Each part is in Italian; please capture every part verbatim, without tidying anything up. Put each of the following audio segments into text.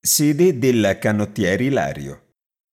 Sede della Canottieri Lario.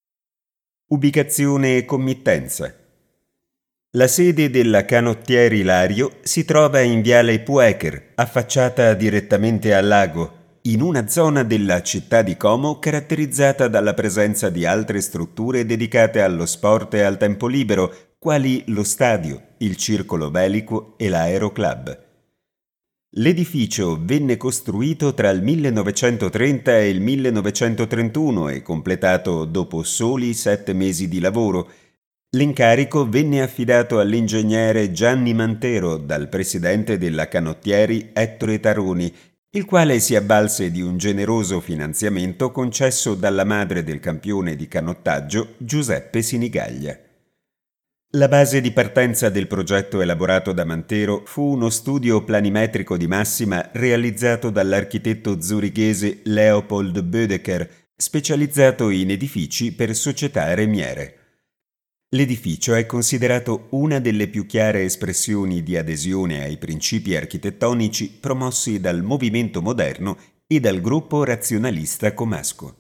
Ubicazione e committenza. La sede della Canottieri Lario si trova in Viale Puecher, affacciata direttamente al lago, in una zona della città di Como caratterizzata dalla presenza di altre strutture dedicate allo sport e al tempo libero, quali lo stadio, il circolo velico e l'aeroclub. L'edificio venne costruito tra il millenovecentotrenta e il millenovecentotrentuno e completato dopo soli sette mesi di lavoro. L'incarico venne affidato all'ingegnere Gianni Mantero dal presidente della Canottieri Ettore Taroni, il quale si avvalse di un generoso finanziamento concesso dalla madre del campione di canottaggio Giuseppe Sinigaglia. La base di partenza del progetto elaborato da Mantero fu uno studio planimetrico di massima realizzato dall'architetto zurichese Leopold Bödecker, specializzato in edifici per società remiere. L'edificio è considerato una delle più chiare espressioni di adesione ai principi architettonici promossi dal movimento moderno e dal gruppo razionalista comasco.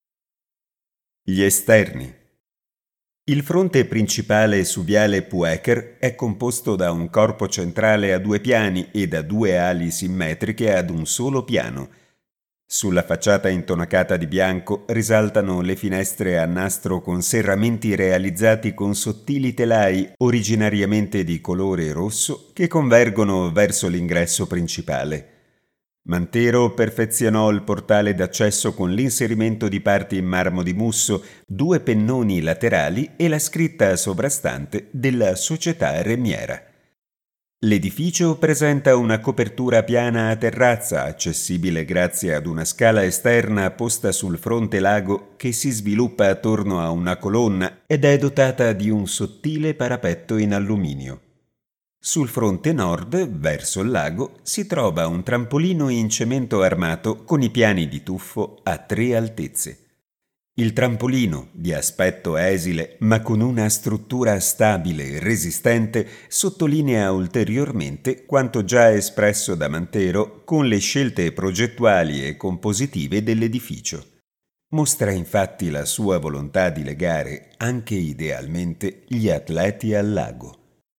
Gli esterni. Il fronte principale su Viale Puecher è composto da un corpo centrale a due piani e da due ali simmetriche ad un solo piano. Sulla facciata intonacata di bianco risaltano le finestre a nastro con serramenti realizzati con sottili telai originariamente di colore rosso che convergono verso l'ingresso principale. Mantero perfezionò il portale d'accesso con l'inserimento di parti in marmo di Musso, due pennoni laterali e la scritta sovrastante della società remiera. L'edificio presenta una copertura piana a terrazza, accessibile grazie ad una scala esterna posta sul fronte lago che si sviluppa attorno a una colonna ed è dotata di un sottile parapetto in alluminio. Sul fronte nord, verso il lago, si trova un trampolino in cemento armato con i piani di tuffo a tre altezze. Il trampolino, di aspetto esile ma con una struttura stabile e resistente, sottolinea ulteriormente quanto già espresso da Mantero con le scelte progettuali e compositive dell'edificio. Mostra infatti la sua volontà di legare, anche idealmente, gli atleti al lago.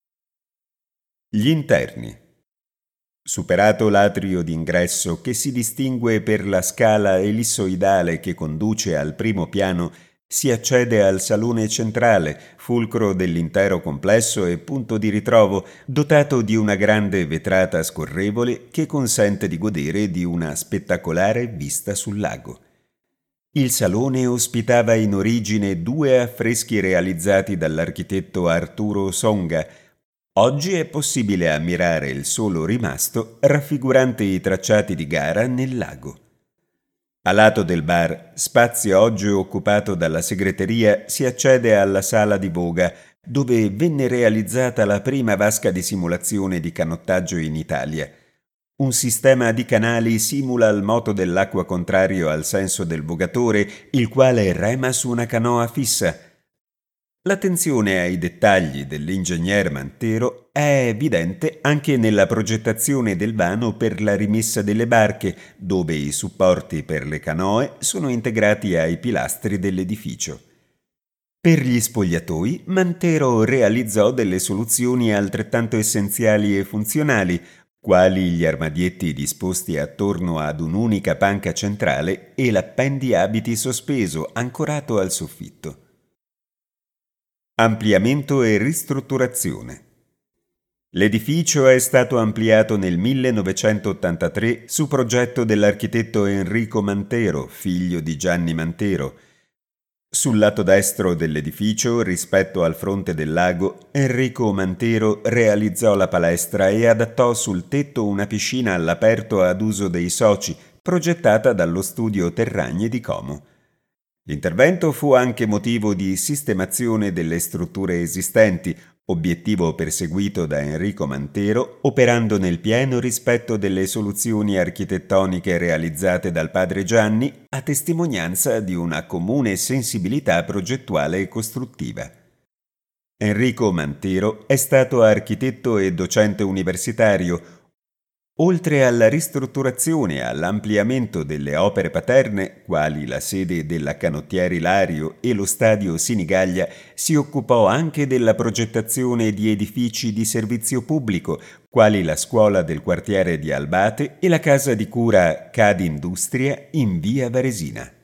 Gli interni. Superato l'atrio d'ingresso che si distingue per la scala ellissoidale che conduce al primo piano, si accede al salone centrale, fulcro dell'intero complesso e punto di ritrovo, dotato di una grande vetrata scorrevole che consente di godere di una spettacolare vista sul lago. Il salone ospitava in origine due affreschi realizzati dall'architetto Arturo Songa. Oggi è possibile ammirare il solo rimasto raffigurante i tracciati di gara nel lago. A lato del bar, spazio oggi occupato dalla segreteria, si accede alla sala di voga, dove venne realizzata la prima vasca di simulazione di canottaggio in Italia. Un sistema di canali simula il moto dell'acqua contrario al senso del vogatore, il quale rema su una canoa fissa. L'attenzione ai dettagli dell'ingegner Mantero è evidente anche nella progettazione del vano per la rimessa delle barche, dove i supporti per le canoe sono integrati ai pilastri dell'edificio. Per gli spogliatoi, Mantero realizzò delle soluzioni altrettanto essenziali e funzionali, quali gli armadietti disposti attorno ad un'unica panca centrale e l'appendiabiti sospeso ancorato al soffitto. Ampliamento e ristrutturazione. L'edificio è stato ampliato nel millenovecentottantatré su progetto dell'architetto Enrico Mantero, figlio di Gianni Mantero. Sul lato destro dell'edificio, rispetto al fronte del lago, Enrico Mantero realizzò la palestra e adattò sul tetto una piscina all'aperto ad uso dei soci, progettata dallo studio Terragni di Como. L'intervento fu anche motivo di sistemazione delle strutture esistenti, obiettivo perseguito da Enrico Mantero, operando nel pieno rispetto delle soluzioni architettoniche realizzate dal padre Gianni, a testimonianza di una comune sensibilità progettuale e costruttiva. Enrico Mantero è stato architetto e docente universitario. Oltre alla ristrutturazione e all'ampliamento delle opere paterne, quali la sede della Canottieri Lario e lo stadio Sinigaglia, si occupò anche della progettazione di edifici di servizio pubblico, quali la scuola del quartiere di Albate e la casa di cura Cad Industria in via Varesina.